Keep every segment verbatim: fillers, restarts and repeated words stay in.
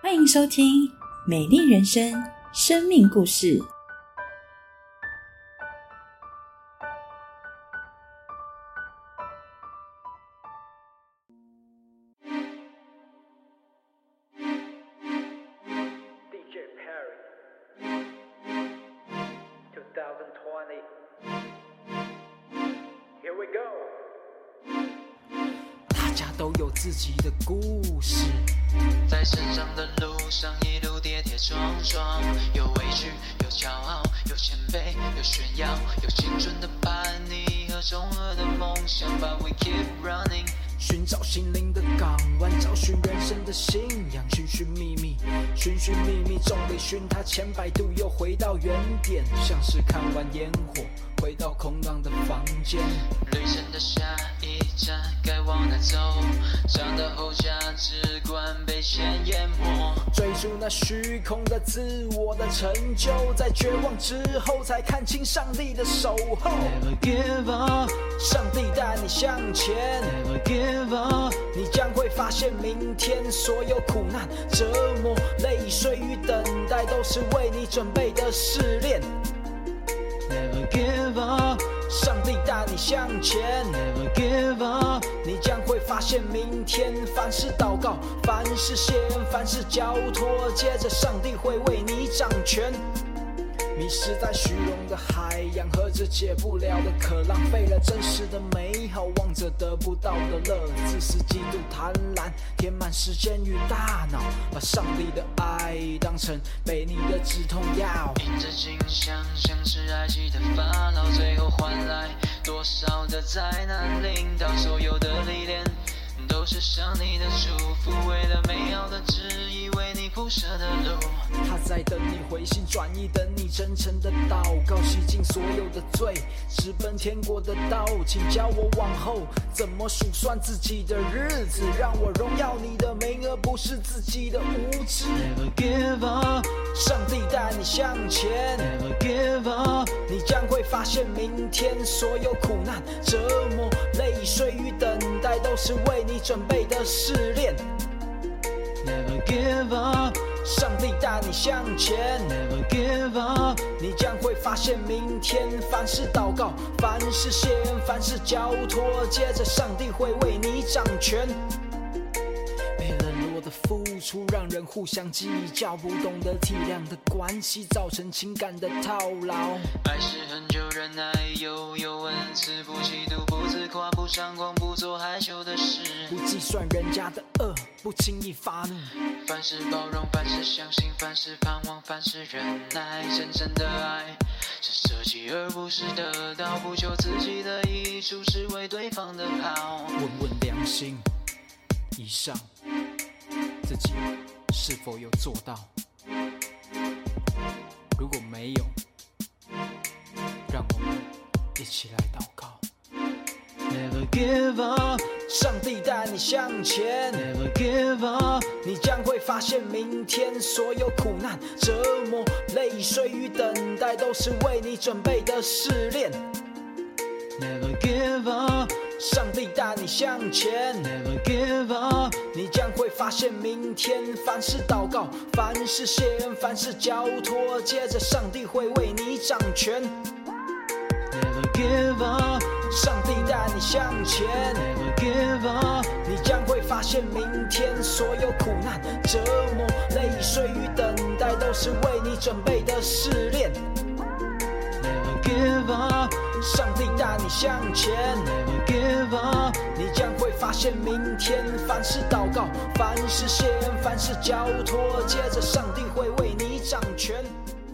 欢迎收听美丽人生生命故事。 大家都有自己的故事， 在成长的路上一路跌跌撞撞，有委屈，有骄傲，有谦卑，有炫耀，有青春的叛逆和中二的梦想。But we keep running， 寻找心灵的港湾，找寻人生的信仰，寻寻觅觅，寻寻觅觅，众里寻他千百度，又回到原点，像是看完烟火，回到空荡的房间。 旅程的下一站该往哪走？长大后价值观被钱淹没， 追逐那虚空的自我的成就，在绝望之后才看清上帝的守候。 Never give up， 上帝带你向前， Never give up， 你将会发现明天所有苦难、折磨、泪水与等待都是为你准备的试炼。 Never give up， 上帝带你向前， Never give up， 你将会发现明天凡事祷告，凡事谢恩，凡事交托，接着上帝会为你掌权。迷失在虚荣的海洋，喝着解不了的渴，浪费了真实的美好，望着得不到的乐，自私嫉妒贪婪填满时间与大脑，把上帝的爱当成被你的止痛药。 凭着镜像像是埃及的法老，最后换来多少的灾难领导，所有的历练都是上帝的祝福，为了美好的旨意，为你铺设的路。 他在等你回心转意，等你真诚的祷告，洗净所有的罪，直奔天国的道。请教我往后怎么数算自己的日子，让我荣耀你的名，而不是自己的无知。 Never give up， 上帝带你向前， Never give up， 你将会发现明天所有苦难、折磨、泪水与等待都是为你准备的试炼。 Never give up， 上帝带你向前， Never give up， 你将会发现明天凡事祷告，凡事谢恩，凡事交托，接着上帝会为你掌权。被冷落的付出让人互相计较，不懂得体谅的关系造成情感的套牢。 爱是很久忍耐，又有恩慈，不嫉妒，不自夸，不张狂，不做害羞的事， 不计算人家的恶，不轻易发怒。 凡事包容，凡事相信，凡事盼望，凡事忍耐。真正的爱是舍弃而不是得到，不求自己的益处，是为对方的好。 问问良心，以上自己是否有做到？如果没有，让我们一起来祷告。 Never give up， 上帝带你向前， Never give up， 你将会发现明天所有苦难、折磨、泪水与等待都是为你准备的试炼。 Never give up， 上帝带你向前， Never give up， 你将会发现明天凡事祷告，凡事谢恩，凡事交托，接着上帝会为你掌权。 Never give up， 上帝带你向前， Never give up， 你将会发现明天所有苦难、折磨、泪水与等待都是为你准备的试炼。 Never give up， 上帝带你向前， Never give up， 你将会发现明天凡事祷告，凡事谢恩，凡事交托，接着上帝会为你掌权。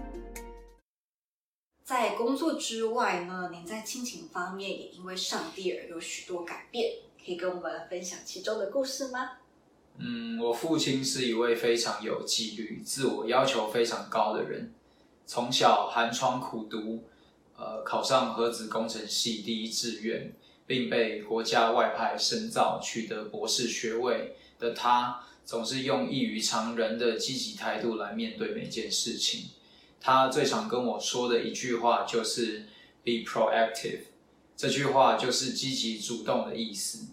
在工作之外呢，您在亲情方面也因为上帝而有许多改变，可以跟我们分享其中的故事吗？ 嗯，我父亲是一位非常有纪律、自我要求非常高的人。从小寒窗苦读，呃，考上核子工程系第一志愿，并被国家外派深造，取得博士学位的他，总是用异于常人的积极态度来面对每件事情。他最常跟我说的一句话就是 "Be proactive"， 这句话就是积极主动的意思。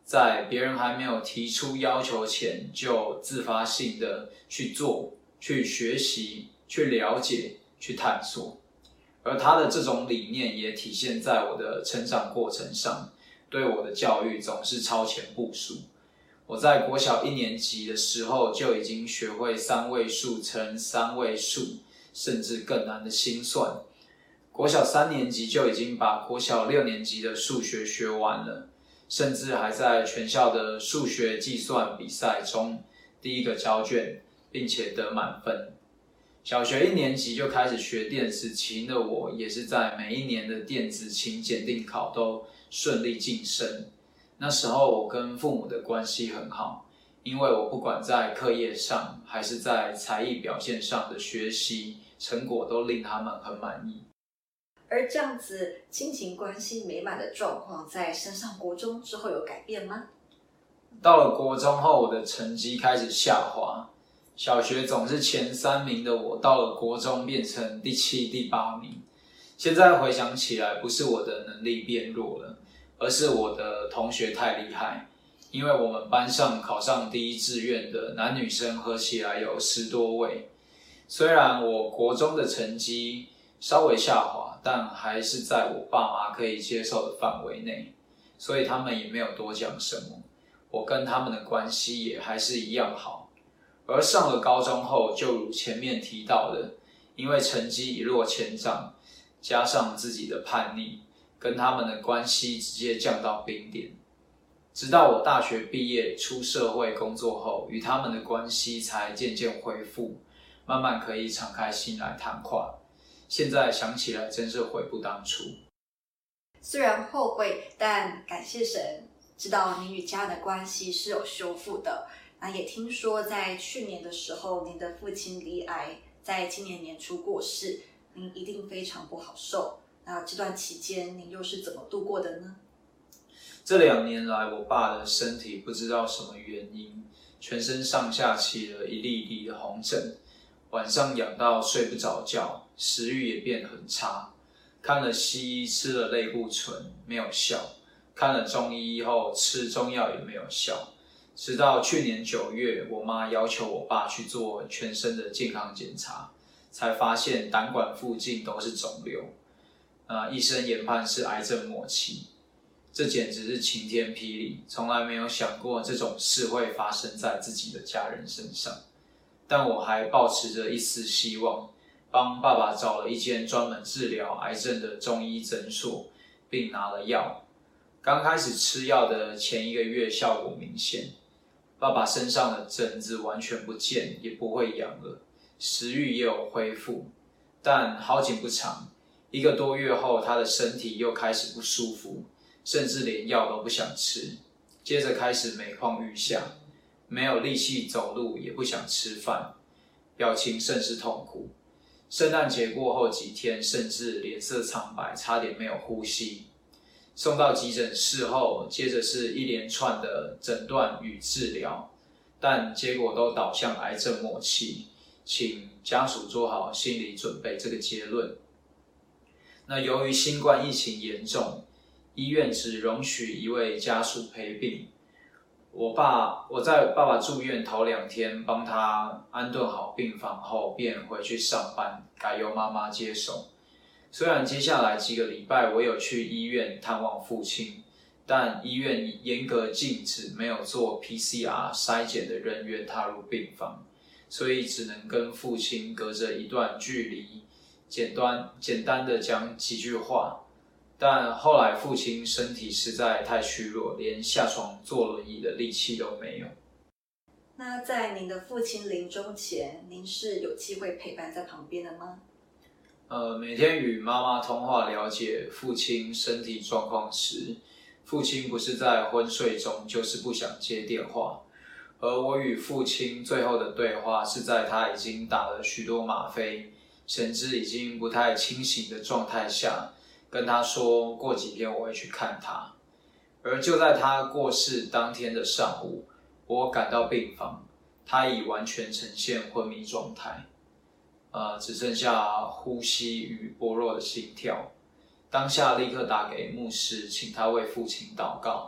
在别人还没有提出要求前，就自发性的去做、去学习、去了解、去探索。而他的这种理念也体现在我的成长过程上，对我的教育总是超前部署。我在国小一年级的时候就已经学会三位数乘三位数，甚至更难的心算。国小三年级就已经把国小六年级的数学学完了，甚至还在全校的数学计算比赛中第一个交卷，并且得满分。小学一年级就开始学电子琴的我，也是在每一年的电子琴检定考都顺利晋升。那时候我跟父母的关系很好，因为我不管在课业上还是在才艺表现上的学习成果都令他们很满意。 而这样子亲情关系美满的状况，在升上国中之后有改变吗？ 到了国中后，我的成绩开始下滑。小学总是前三名的我，到了国中变成第七、第八名。现在回想起来，不是我的能力变弱了，而是我的同学太厉害。因为我们班上考上第一志愿的男女生合起来有十多位。虽然我国中的成绩稍微下滑，但还是在我爸妈可以接受的范围内，所以他们也没有多讲什么。我跟他们的关系也还是一样好。而上了高中后，就如前面提到的，因为成绩一落千丈，加上自己的叛逆，跟他们的关系直接降到冰点。直到我大学毕业出社会工作后，与他们的关系才渐渐恢复，慢慢可以敞开心来谈话。现在想起来真是悔不当初。 虽然后悔，但感谢神，知道您与家人的关系是有修复的。那也听说在去年的时候，您的父亲罹癌，在今年年初过世，您一定非常不好受。那这段期间您又是怎么度过的呢？ 这两年来，我爸的身体不知道什么原因，全身上下起了一粒粒的红疹，晚上痒到睡不着觉，食欲也变很差。看了西医，吃了类固醇，没有效；看了中医后，吃中药也没有效。直到去年九月，我妈要求我爸去做全身的健康检查，才发现胆管附近都是肿瘤。呃，医生研判是癌症末期。这简直是晴天霹雳，从来没有想过这种事会发生在自己的家人身上。但我还抱持着一丝希望，帮爸爸找了一间专门治疗癌症的中医诊所，并拿了药。刚开始吃药的前一个月效果明显，爸爸身上的疹子完全不见，也不会痒了，食欲也有恢复。但好景不长，一个多月后，他的身体又开始不舒服，甚至连药都不想吃。接着开始每况愈下，没有力气走路，也不想吃饭，表情甚是痛苦。圣诞节过后几天，甚至脸色苍白，差点没有呼吸。送到急诊室后，接着是一连串的诊断与治疗，但结果都导向癌症末期，请家属做好心理准备这个结论。那由于新冠疫情严重，医院只容许一位家属陪病。我爸，我在爸爸住院头两天帮他安顿好病房后，便回去上班，改由妈妈接手。虽然接下来几个礼拜我有去医院探望父亲，但医院严格禁止没有做 P C R 筛检的人员踏入病房，所以只能跟父亲隔着一段距离，简单简单的讲几句话。但后来父亲身体实在太虚弱，连下床坐轮椅的力气都没有。 那在您的父亲临终前，您是有机会陪伴在旁边的吗？ 呃，每天与妈妈通话了解父亲身体状况时，父亲不是在昏睡中，就是不想接电话。而我与父亲最后的对话是在他已经打了许多吗啡，神志已经不太清醒的状态下，跟他说过几天我会去看他。而就在他过世当天的上午，我赶到病房，他已完全呈现昏迷状态。呃，只剩下呼吸与薄弱的心跳。当下立刻打给牧师，请他为父亲祷告，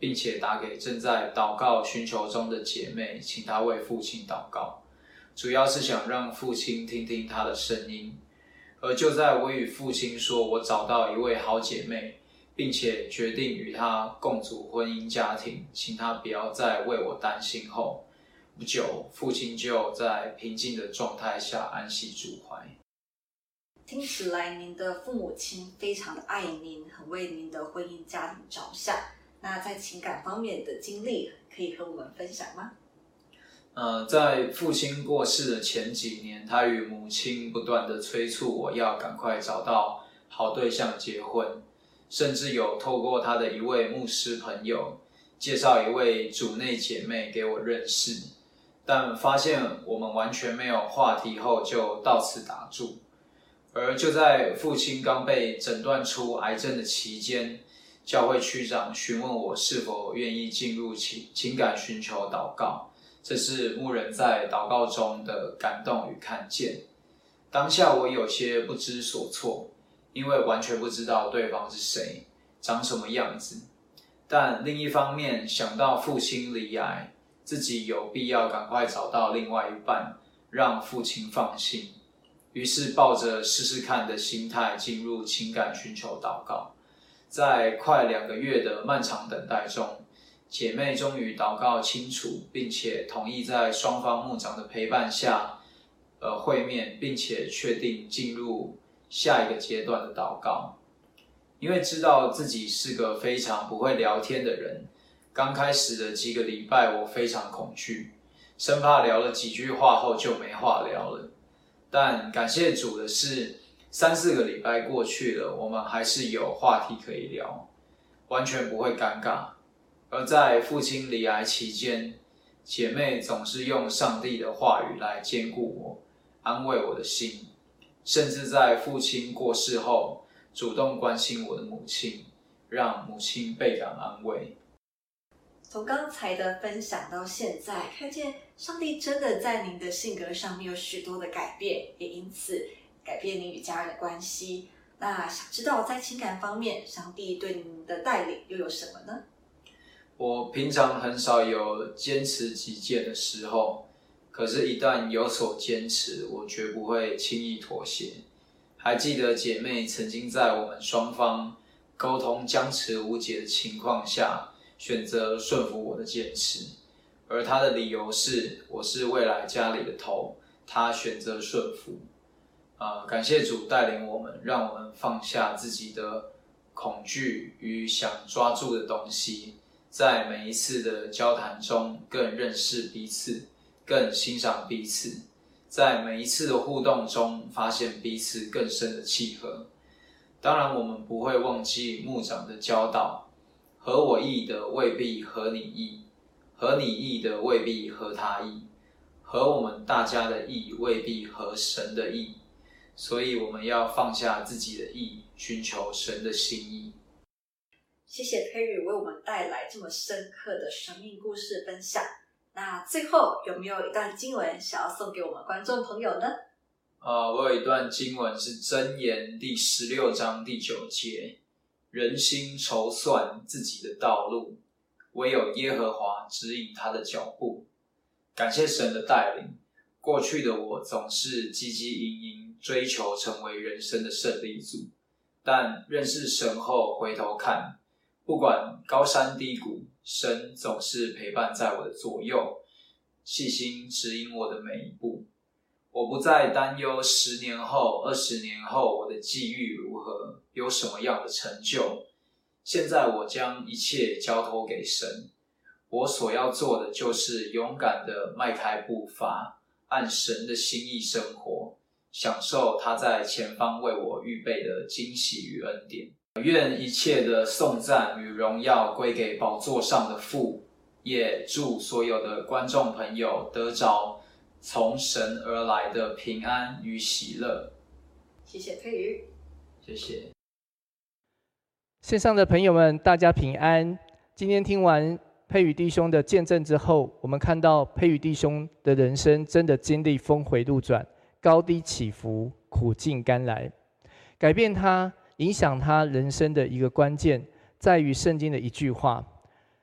并且打给正在祷告寻求中的姐妹，请她为父亲祷告，主要是想让父亲听听她的声音。而就在我与父亲说我找到一位好姐妹，并且决定与她共组婚姻家庭，请她不要再为我担心后，不久父亲就在平静的状态下安息主怀。 听起来您的父母亲非常的爱您，很为您的婚姻家庭着想。那在情感方面的经历可以和我们分享吗？ 呃，在父亲过世的前几年，他与母亲不断的催促我要赶快找到好对象结婚，甚至有透过他的一位牧师朋友介绍一位主内姐妹给我认识，但发现我们完全没有话题后就到此打住。而就在父亲刚被诊断出癌症的期间，教会区长询问我是否愿意进入情情感寻求祷告，这是牧人在祷告中的感动与看见。当下我有些不知所措，因为完全不知道对方是谁，长什么样子。但另一方面想到父亲罹癌，自己有必要赶快找到另外一半，让父亲放心。于是抱着试试看的心态进入情感寻求祷告。在快两个月的漫长等待中，姐妹终于祷告清楚，并且同意在双方牧长的陪伴下呃会面，并且确定进入下一个阶段的祷告。因为知道自己是个非常不会聊天的人，刚开始的几个礼拜我非常恐惧，生怕聊了几句话后就没话聊了。但感谢主的是，三四个礼拜过去了，我们还是有话题可以聊，完全不会尴尬。而在父亲罹癌期间，姐妹总是用上帝的话语来坚固我，安慰我的心，甚至在父亲过世后，主动关心我的母亲，让母亲倍感安慰。 从刚才的分享到现在，看见上帝真的在您的性格上面有许多的改变，也因此改变您与家人的关系。那想知道在情感方面，上帝对您的带领又有什么呢？ 我平常很少有坚持己见的时候，可是一旦有所坚持，我绝不会轻易妥协。还记得姐妹曾经在我们双方沟通僵持无解的情况下，选择顺服我的坚持，而她的理由是我是未来家里的头，她选择顺服。呃，感谢主带领我们，让我们放下自己的恐惧与想抓住的东西，在每一次的交谈中更认识彼此，更欣赏彼此，在每一次的互动中发现彼此更深的契合。当然我们不会忘记牧长的教导，合我意的未必合你意，合你意的未必合他意，合我们大家的意未必合神的意，所以我们要放下自己的意，寻求神的心意。 谢谢佩宇为我们带来这么深刻的生命故事分享。那最后有没有一段经文想要送给我们观众朋友呢？ 呃，我有一段经文是箴言第十六章第九节，人心筹算自己的道路，唯有耶和华指引他的脚步。感谢神的带领，过去的我总是汲汲营营追求成为人生的胜利组，但认识神后回头看，不管高山低谷，神总是陪伴在我的左右，细心指引我的每一步。我不再担忧十年后、二十年后我的际遇如何，有什么样的成就。现在我将一切交托给神，我所要做的就是勇敢地迈开步伐，按神的心意生活，享受他在前方为我预备的惊喜与恩典。愿一切的颂赞与荣耀归给宝座上的父，也祝所有的观众朋友得着从神而来的平安与喜乐。 谢谢佩宇， 谢谢。 线上的朋友们，大家平安。今天听完佩宇弟兄的见证之后，我们看到佩宇弟兄的人生真的经历峰回路转，高低起伏，苦尽甘来。改变他、影响他人生的一个关键，在于圣经的一句话：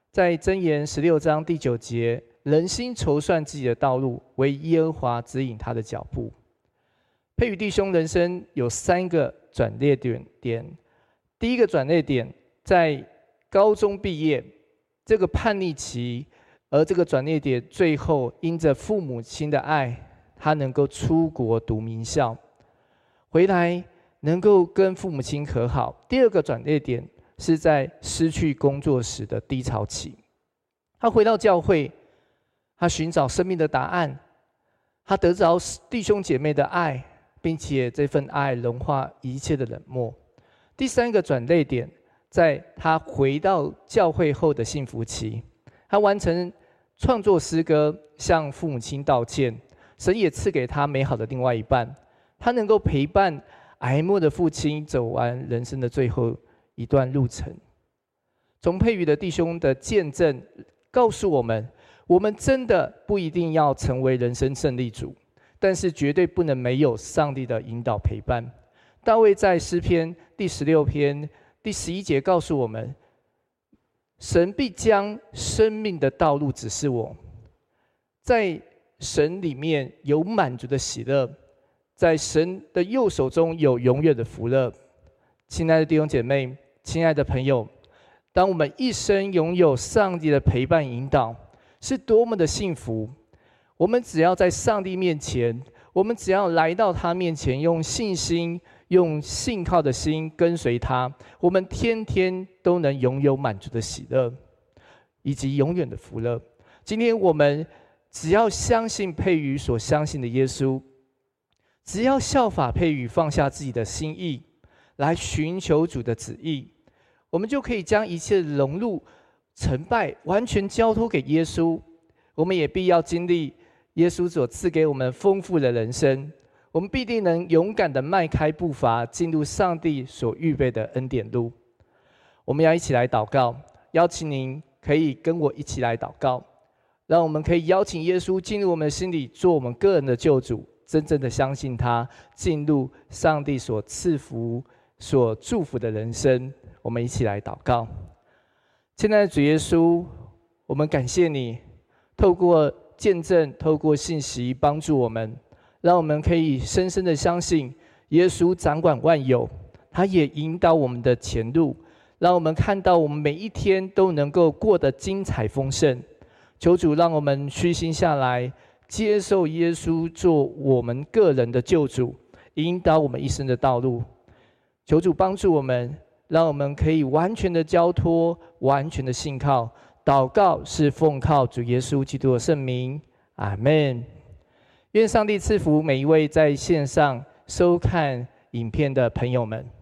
在箴言十六章第九节，人心筹算自己的道路，唯耶和华指引他的脚步。佩宇弟兄人生有三个转捩点点，第一个转捩点在高中毕业这个叛逆期，而这个转捩点最后因着父母亲的爱，他能够出国读名校，回来能够跟父母亲和好。第二个转捩点是在失去工作时的低潮期，他回到教会，他寻找生命的答案，他得着弟兄姐妹的爱，并且这份爱融化一切的冷漠。第三个转捩点在他回到教会后的幸福期，他完成创作诗歌，向父母亲道歉，神也赐给他美好的另外一半，他能够陪伴癌末的父亲走完人生的最后一段路程。从佩宇的弟兄的见证告诉我们，我们真的不一定要成为人生胜利组，但是绝对不能没有上帝的引导陪伴。大卫在诗篇第十六篇第十一节告诉我们，神必将生命的道路指示我，在神里面有满足的喜乐，在神的右手中有永远的福乐。亲爱的弟兄姐妹，亲爱的朋友，当我们一生拥有上帝的陪伴引导，是多么的幸福。我们只要在上帝面前，我们只要来到他面前，用信心用信靠的心跟随他，我们天天都能拥有满足的喜乐以及永远的福乐。今天我们只要相信佩宇所相信的耶稣，只要效法佩宇放下自己的心意来寻求主的旨意，我们就可以将一切荣辱成败完全交托给耶稣。我们也必要经历耶稣所赐给我们丰富的人生，我们必定能勇敢地迈开步伐，进入上帝所预备的恩典路。我们要一起来祷告，邀请您可以跟我一起来祷告，让我们可以邀请耶稣进入我们的心里，做我们个人的救主，真正的相信他，进入上帝所赐福所祝福的人生。我们一起来祷告。亲爱的主耶稣，我们感谢你透过见证，透过信息帮助我们，让我们可以深深的相信耶稣掌管万有，他也引导我们的前路，让我们看到我们每一天都能够过得精彩丰盛。求主让我们虚心下来，接受耶稣做我们个人的救主，引导我们一生的道路。求主帮助我们，让我们可以完全的交托，完全的信靠。祷告是奉靠主耶稣基督的圣名，阿们。愿上帝赐福每一位在线上收看影片的朋友们。